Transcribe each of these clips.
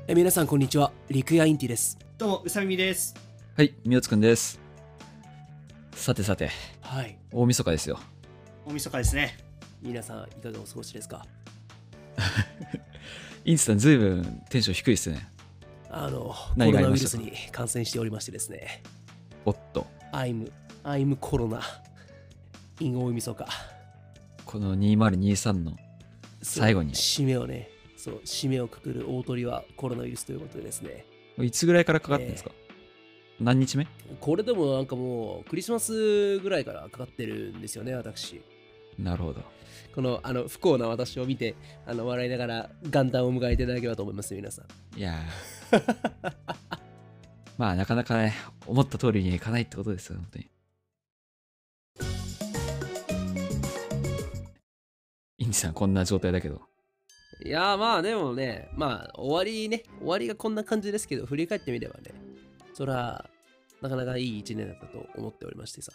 皆さんこんにちは、リクヤインティです。 どうも、うさみみです。 はい、みおつくんです。さてさて、 はい。 大晦日ですよ。 大晦日ですね。 皆さんいかがお過ごしですか？ インスタンずいぶんテンション低いですね。 コロ何があナウイルりましたか？ スに感染しておりましてですね。 おっと、 I'm コロナ in 大晦日。 この2023の最後に締めをね、締めをくくる大鳥はコロナウイルスということでですね。 いつぐらいからかかってんですか？何日目？ これでもなんかもうクリスマスぐらいからかかってるんですよね、私。 なるほど。 この不幸な私を見て笑いながら元旦を迎えていただければと思います、皆さん。 いやーまあなかなかね、思った通りにはいかないってことですよ、本当に。インジさんこんな状態だけど。 いやーまあでもね、まあ終わりがこんな感じですけど、振り返ってみればね、そら、なかなかいい一年だったと思っておりましてさ。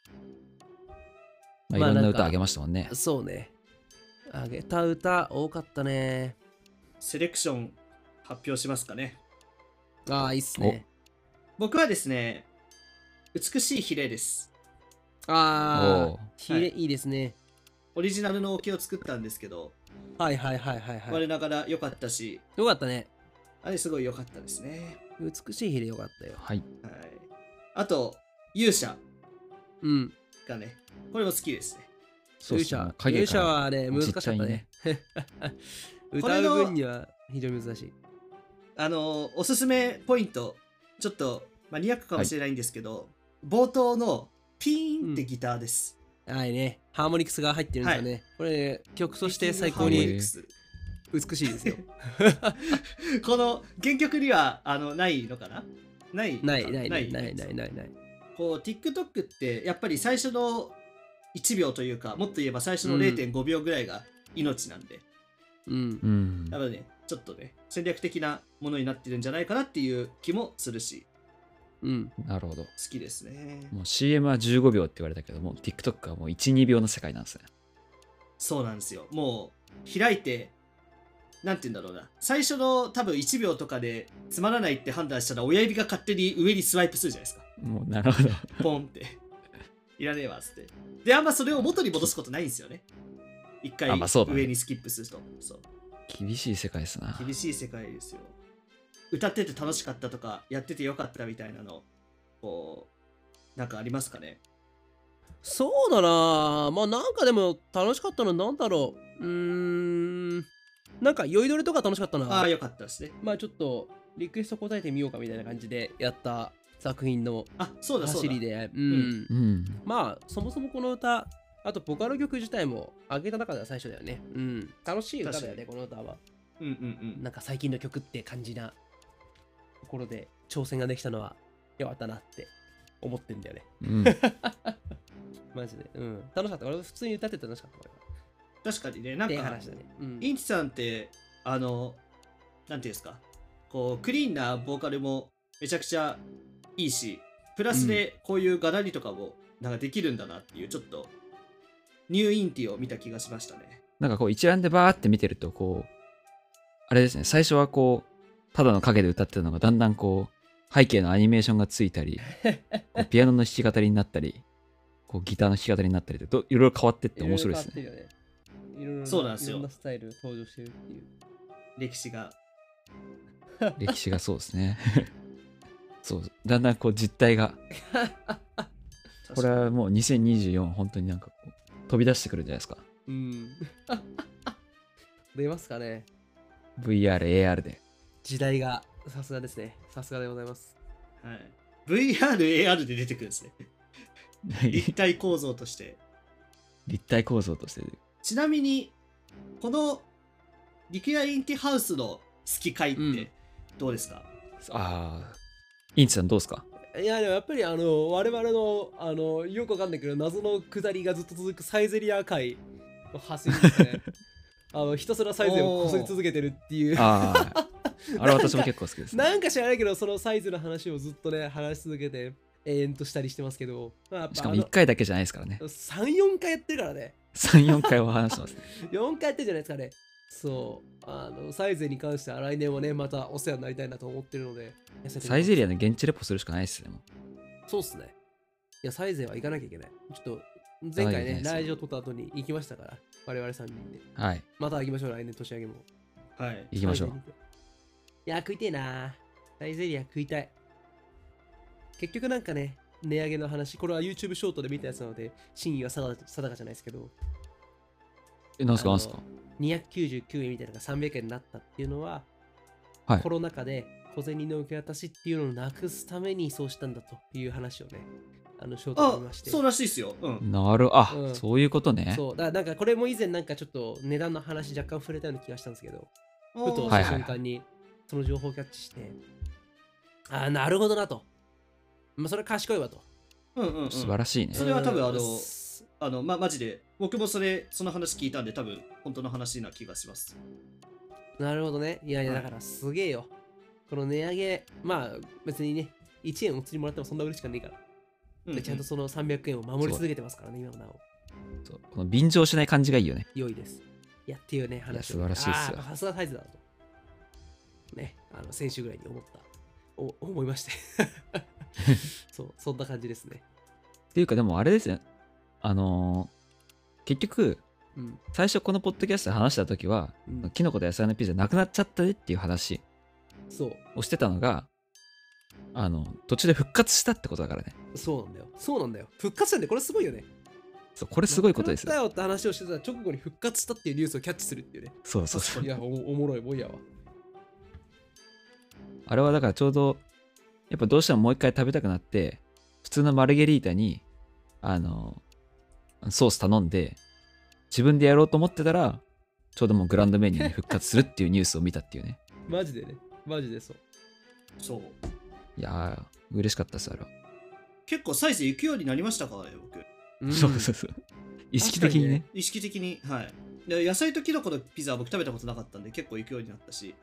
まあ、いろんな歌あげましたもんね。 そうね。あげた歌多かったね。 セレクション発表しますかね。 ああ、いいっすね。 僕はですね、美しいヒレです。 ああ、ヒレ、 はいいいですね。 オリジナルのオケを作ったんですけど、 はいはいはいはいはい。 我ながら良かったし、 よかったね。 あれすごい良かったですね。 美しいヒレよかったよ。 はい。 はい。あと、勇者うん。 がね、これも好きですね。 勇者そうっすね。影からはね、難しかったね。歌う分には非常に難しい。 おすすめポイント、ちょっとマニアックかもしれないんですけど、冒頭のピーンってギターです。 はいね。ハーモニクスが入ってるんですよね。これ、曲として最高ハーモニにクス美しいですよ。 この原曲にはないのかな？ないこう TikTok ってやっぱり最初の1秒というか、もっと言えば最初の 0.5 秒ぐらいが命なんで、 うん。 うん。 多分ね、ちょっとね、戦略的なものになってるんじゃないかなっていう気もするし、 うん。 なるほど。 好きですね。 もう CM は15秒って言われたけども、TikTok はもう1、2秒の世界なんですね。 そうなんですよ。もう開いて、なんて言うんだろうな。最初の多分1秒とかでつまらないって判断したら親指が勝手に上にスワイプするじゃないですか。 もうなるほど。 ポンって。いらねえわっつって。で、あんまそれを元に戻すことないんですよね。一回まあそうだね上にスキップすると。そう。 厳しい世界ですな。 厳しい世界ですよ。歌ってて楽しかったとか、やっててよかったみたいなの、こう、なんかありますかね。 そうだな。まあなんかでも楽しかったのなんだろう。なんか酔いどれとか楽しかったな。 ああ、よかったですね。 まあちょっとリクエスト答えてみようかみたいな感じでやった作品のあ、そうだそうだ。 走りで。 うん。 まあそもそもこの歌、あとボカロ曲自体も上げた中では最初だよね。楽しい歌だよね、この歌は。なんか最近の曲って感じなところで挑戦ができたのはよかったなって思ってんだよね。 うん。 マジで。楽しかった。俺普通に歌ってて楽しかった。 確かにね、なんか、 って話だね。 インチさんって、なんていうんですか、こう、クリーンなボーカルもめちゃくちゃいいし、プラスでこういうがなりとかもなんかできるんだなっていう、ちょっと、ニューインティを見た気がしましたね。 なんかこう一覧でバーって見てると、こう、あれですね、最初はこう、ただの影で歌ってたのが、だんだんこう、背景のアニメーションがついたり、こうピアノの弾き語りになったり、こうギターの弾き語りになったりで、いろいろ変わってって面白いですね。 そうなんですよ。 いろんなスタイル登場してるっていう。 歴史が。 歴史がそうですね。そう、だんだんこう実態が、これはもう2024、本当になんかこう、飛び出してくるんじゃないですか。 出ますかね。 VR、AR で。 時代がさすがですね。さすがでございます。 はい。VR、AR で出てくるんですね。立体構造として。 立体構造として。 ちなみに、このリクヤインティハウスの好き回ってどうですか？ インチさんどうですか？ いやでもやっぱり我々のよくわかんないけど謎の下りがずっと続くサイゼリア界の走りですね。ひたすらサイゼをこすり続けてるっていう。 あれ私も結構好きです、ね。 なんか知らないけどそのサイズの話をずっとね話し続けて延々としたりしてますけど、 しかも1回だけじゃないですからね。 3、4回やってるからね。 3、4回は話してますね。 4回やってるじゃないですかね。 そう、サイゼに関しては来年はね、またお世話になりたいなと思ってるので。 サイゼリアの現地レポするしかないっすね。もうそうっすね。いや、サイゼは行かなきゃいけない。ちょっと、前回ね、来場取った後に行きましたから、我々3人で。 はい。 また行きましょう、来年年明けも。 はい。 行きましょう。 いや、食いてえな。サイゼリア食いたい。結局なんかね、値上げの話、これは YouTube ショートで見たやつなので、真意は定かじゃないですけど、 なんすかなんすか 299円みたいなのが300円になったっていうのは、 はい、 コロナ禍で小銭の受け渡しっていうのをなくすためにそうしたんだという話をね、ショートで見まして。 そうらしいですよ。うん。 そういうことね。 そう、なんかこれも以前なんかちょっと値段の話若干触れたような気がしたんですけど、ふとした瞬間にその情報をキャッチして、なるほどなと。まあ、それは賢いわと。 素晴らしいね。 それは多分マジで、僕もその話聞いたんで、多分本当の話な気がします。 なるほどね。いやいや、だからすげえよ。この値上げ、まあ別にね、1円お釣りもらってもそんな嬉しくないから。でちゃんとその300円を守り続けてますからね、今もなお。 そう、この便乗しない感じがいいよね。 良いです。いや、っていうね、話を。素晴らしいっすよ。 さすがサイズだと。ね、先週ぐらいに思いまして。そう、そんな感じですね。 っていうか、でもあれですね。結局、最初このポッドキャストで話した時は、キノコと野菜のピザなくなっちゃったねっていう話をしてたのが、途中で復活したってことだからね。 そうなんだよ。そうなんだよ。復活したんで、これすごいよね。 そう、これすごいことですよ。 復活したよって話をしてた直後に復活したっていうニュースをキャッチするっていうね。 そうそうそう。 いや、おもろいもんやわ。 あれはだからちょうど、やっぱどうしてももう一回食べたくなって、普通のマルゲリータに、ソース頼んで、自分でやろうと思ってたら、ちょうどもうグランドメニューに復活するっていうニュースを見たっていうね。 マジでね。マジでそう。 そう。 いやー、嬉しかったです、あれは。 結構サイズ行くようになりましたからね、僕。 そうそうそう。意識的にね。 意識的に、はい。で野菜とキノコのピザは僕食べたことなかったんで、結構行くようになったし。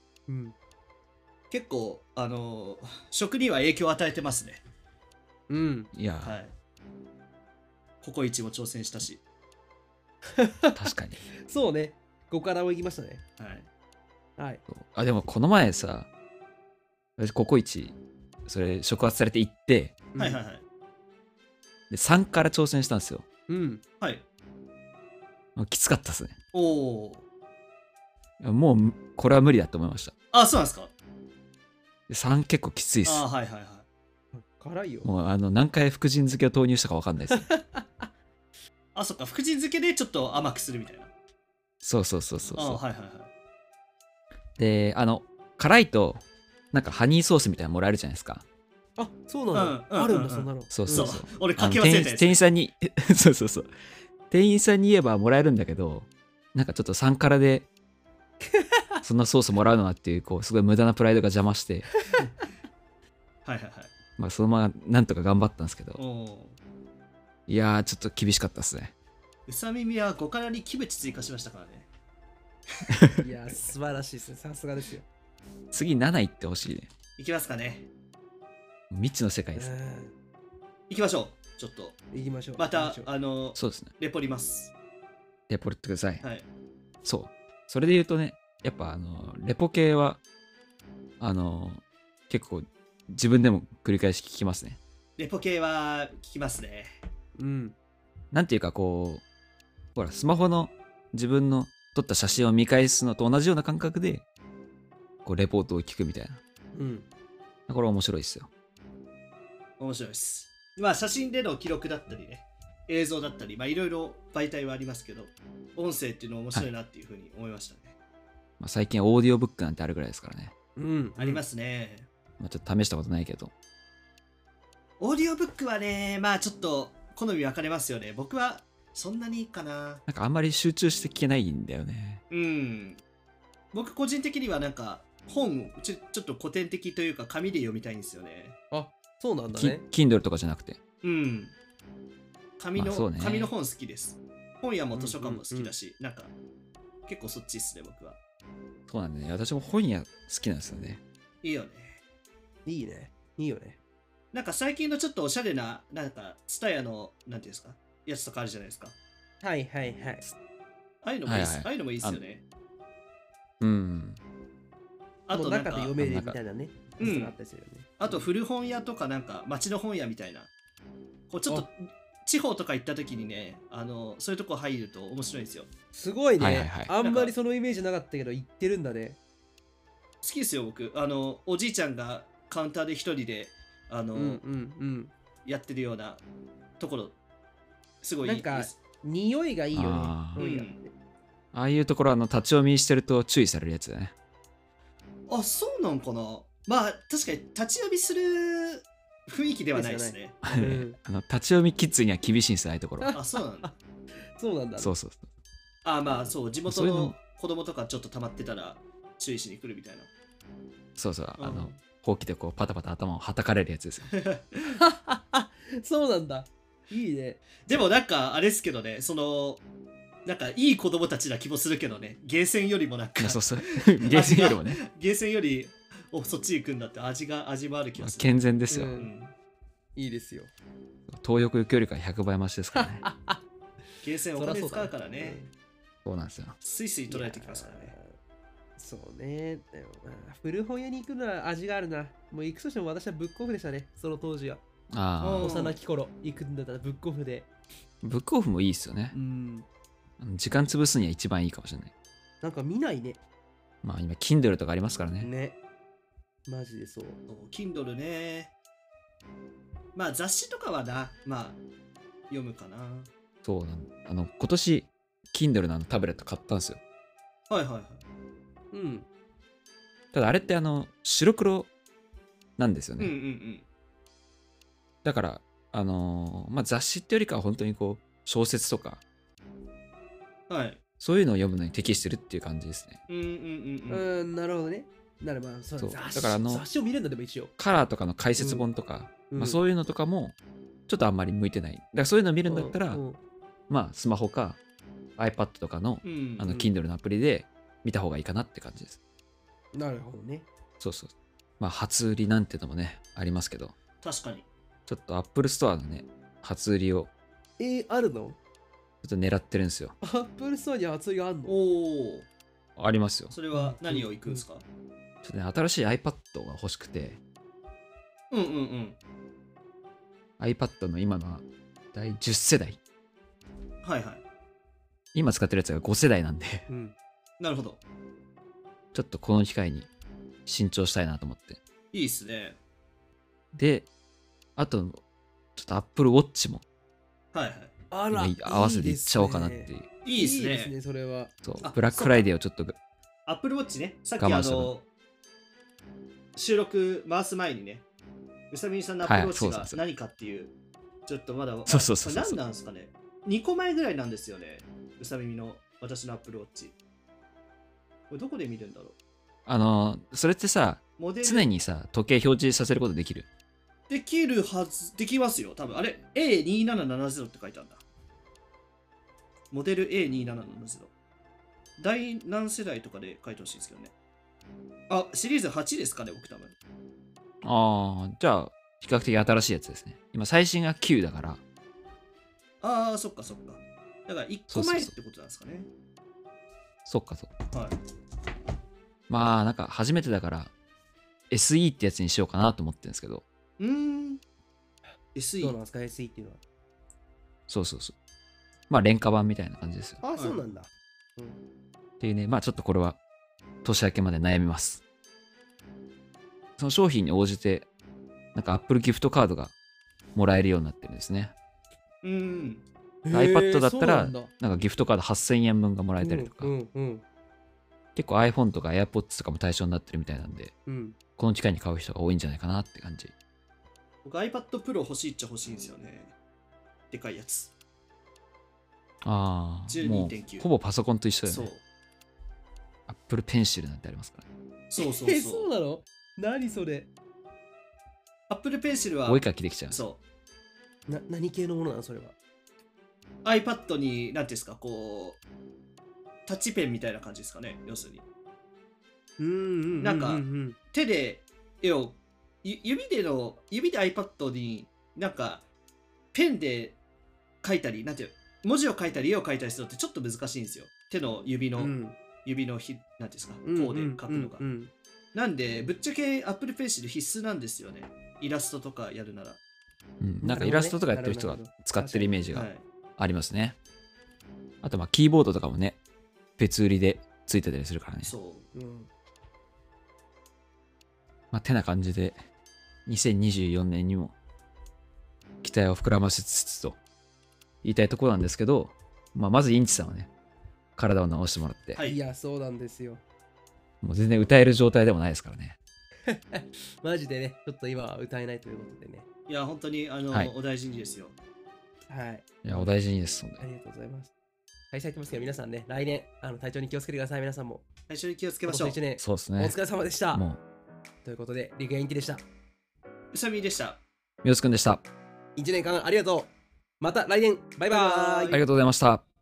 結構、食には影響を与えてますね。 いや、 はい。ココイチも挑戦したし。 確かに。 そうね。5からも行きましたね。 はい。 あ、でもこの前さ、私ココイチ、それ触発されて行って、 はいはいはい。 で、3から挑戦したんですよ。 はい。 きつかったですね。 おお。 もう、これは無理だと思いました。 あ、そうなんですか。 3結構きついっす。 はいはいはい。 辛いよ。 もう何回福神漬けを投入したか分かんないです。 あ、そっか、福神漬けでちょっと甘くするみたいな。 そう。 はいはいはい。 で、辛いと、なんかハニーソースみたいなのもらえるじゃないですか。 あ、そうなんだ。あるんだ、そんなの。 そう。 俺かけ忘れたやつ。 店員さんに、そう。店員さんに言えばもらえるんだけど、なんかちょっと3辛で、そんなソースもらうのはっていう、すごい無駄なプライドが邪魔して、 はいはいはい。 まあそのままなんとか頑張ったんですけど、いやーちょっと厳しかったですね。 うさ耳は5辛にキムチ追加しましたからね。 いや素晴らしいですね。さすがですよ。 次7行ってほしいね。 いきますかね。 未知の世界です。 行きましょう。ちょっと行きましょう。 またそうですね。 レポります。 レポってください。 はい。 そう。それで言うとね、やっぱレポ系は結構自分でも繰り返し聞きますね。 レポ系は聞きますね。 なんていうかほらスマホの自分の撮った写真を見返すのと同じような感覚でレポートを聞くみたいな。これ面白いですよ。 面白いです。まあ写真での記録だったりね、映像だったり、まあいろいろ媒体はありますけど、音声っていうのは面白いなっていうふうに思いましたね。 まあ、最近オーディオブックなんてあるぐらいですからね。 ありますね。 まあ、ちょっと試したことないけど。 オーディオブックはね、まあちょっと好み分かれますよね。僕はそんなにいいかな。 なんかあんまり集中して聞けないんだよね。 僕個人的にはなんか本ちょっと古典的というか紙で読みたいんですよね。 あ、そうなんだね。 Kindle とかじゃなくて。 紙の本好きです。本屋も図書館も好きだし、なんか結構そっちっすね、僕は。 そうなんだね。私も本屋好きなんですよね。 いいよね。 いいね。いいよね。 なんか最近のちょっとおしゃれな、なんか、ツタヤの、なんていうんですか、やつとかあるじゃないですか。 はい。 ああいうのもいいっすよね。 うん。 あとなんか中で読めるみたいなね。 あと古本屋とかなんか町の本屋みたいな。こうちょっと地方とか行った時にね、そういうとこ入ると面白いんですよ。 すごいね。あんまりそのイメージなかったけど、行ってるんだね。 好きですよ、僕。おじいちゃんがカウンターで一人で、やってるようなところ、すごいいいです。 なんか、匂いがいいよね。 ああいうところ、立ち読みしてると注意されるやつだね。 あ、そうなんかな。まあ、確かに立ち読みする雰囲気ではないですね。 立ち読みキッズには厳しいんですよ、ああいうところ。 あ、そうなんだ。 そうなんだ。 そうそう。 あ、まあ、そう、地元の子供とかちょっと溜まってたら注意しに来るみたいな。 そうそう、ほうきでこうパタパタ頭をはたかれるやつですよ。 そうなんだ。いいね。 でもなんか、あれですけどね、なんかいい子供たちな気もするけどね、ゲーセンよりもなんか、 そうそう、ゲーセンよりもね。 ゲーセンより、そっち行くんだって味もある気がする。 健全ですよ。 いいですよ。 東横行くよりか100倍増しですからね。 ゲーセンお金使うからね。 そうなんですよ。 スイスイ取られてきますからね。 そうね。古本屋に行くのは味があるな。もう行くとしても私はブックオフでしたね、その当時は。幼き頃、行くんだったらブックオフで。 ブックオフもいいですよね。時間潰すには一番いいかもしれない。 なんか見ないね。 まあ今、Kindle とかありますからね。 ね。マジでそう。 Kindle ね。まあ雑誌とかはな、まあ読むかな。 そうなん今年、Kindle のタブレット買ったんですよ。 はいはいはい。 ただあれって白黒なんですよね。だから、まあ雑誌ってよりかは本当にこう、小説とか、そういうのを読むのに適してるっていう感じですね。 なるほどね。ならまあそうだから雑誌を見るんだでも一応。 カラーとかの解説本とか、まあそういうのとかもちょっとあんまり向いてない。だからそういうのを見るんだったら、まあスマホか iPad とかのKindle のアプリで見た方がいいかなって感じです。 なるほどね。 そうそう。まあ初売りなんてのもね、ありますけど。 確かに。 ちょっと Apple Store のね、初売りを。 あるの？ ちょっと狙ってるんですよ。 Apple Store に初売りあんの？ ありますよ。 それは何をいくんですか？ ちょっとね、新しい iPad が欲しくて。iPad の今の第10世代。 はいはい。 今使ってるやつが5世代なんで。 なるほど。 ちょっとこの機会に新調したいなと思って。 いいっすね。 で、あと、ちょっと Apple Watch も。 あら、 合わせていっちゃおうかなっていう。 いいっすね。 いいですね、それは。 そう、ブラックフライデーをちょっと。 Apple Watch ね、さっき収録回す前にね、うさみんさんの Apple Watch が何かっていう、ちょっとまだ、 そう何なんですかね。2個前ぐらいなんですよね、うさみみの私の Apple Watch。これどこで見るんだろう。それってさ、常にさ、時計表示させることできる？ できるはず、できますよ、多分。あれ、A2770 って書いてあるんだ。モデル A2770。第何世代とかで書いてほしいですけどね。あ、シリーズ8ですかね、僕多分。 じゃあ、比較的新しいやつですね。今、最新が9だから。 そっかそっか。だから1個前ってことなんですかね。 そっか。 はい。 まあ、なんか初めてだから、SE ってやつにしようかなと思ってるんですけど。 SE。 どうなんですか、SE っていうのは。 そう。まあ、廉価版みたいな感じですよ。 そうなんだ。 っていうね、まあちょっとこれは年明けまで悩みます。その商品に応じて、なんか Apple ギフトカードがもらえるようになってるんですね。iPad だったら、なんかギフトカード8000円分がもらえたりとか、結構 iPhone とか AirPods とかも対象になってるみたいなんで、この機会に買う人が多いんじゃないかなって感じ。 僕 iPad Pro 欲しいっちゃ欲しいんですよね。でかいやつ。 もうほぼパソコンと一緒だよね。Apple Pencil なんてありますから。 そうなの？何それ？ Apple Pencil はお絵描きできちゃう。 何系のものなのそれは？ iPad に何ていうんですか、こうタッチペンみたいな感じですかね、要するに。なんか手で絵を指で iPad になんかペンで描いたり、なんていう文字を書いたり絵を描いたりするのってちょっと難しいんですよ。手の指の指のなんていうんですか、こうで書くのが。なんで、ぶっちゃけ Apple Pencil 必須なんですよね。イラストとかやるなら。 なんかイラストとかやってる人が使ってるイメージがありますね。あと、キーボードとかもね、別売りでついてたりするからね。 そう。 てな感じで、2024年にも期待を膨らませつつと言いたいところなんですけど、まずインチさんはね、体を治してもらって。 はい、いや、そうなんですよ。 もう全然歌える状態でもないですからね。 マジでね、ちょっと今は歌えないということでね。 いや、本当にお大事にですよ。 はい。 いや、お大事にです。 ありがとうございます。開催やってますけど、皆さんね、来年、体調に気をつけてください、皆さんも。 体調に気をつけましょう。 そうですね。 お疲れ様でした。ということで、リクエインティでした。 うさみでした。 みおつくんでした。 1年間ありがとう。また来年、バイバーイ。 ありがとうございました。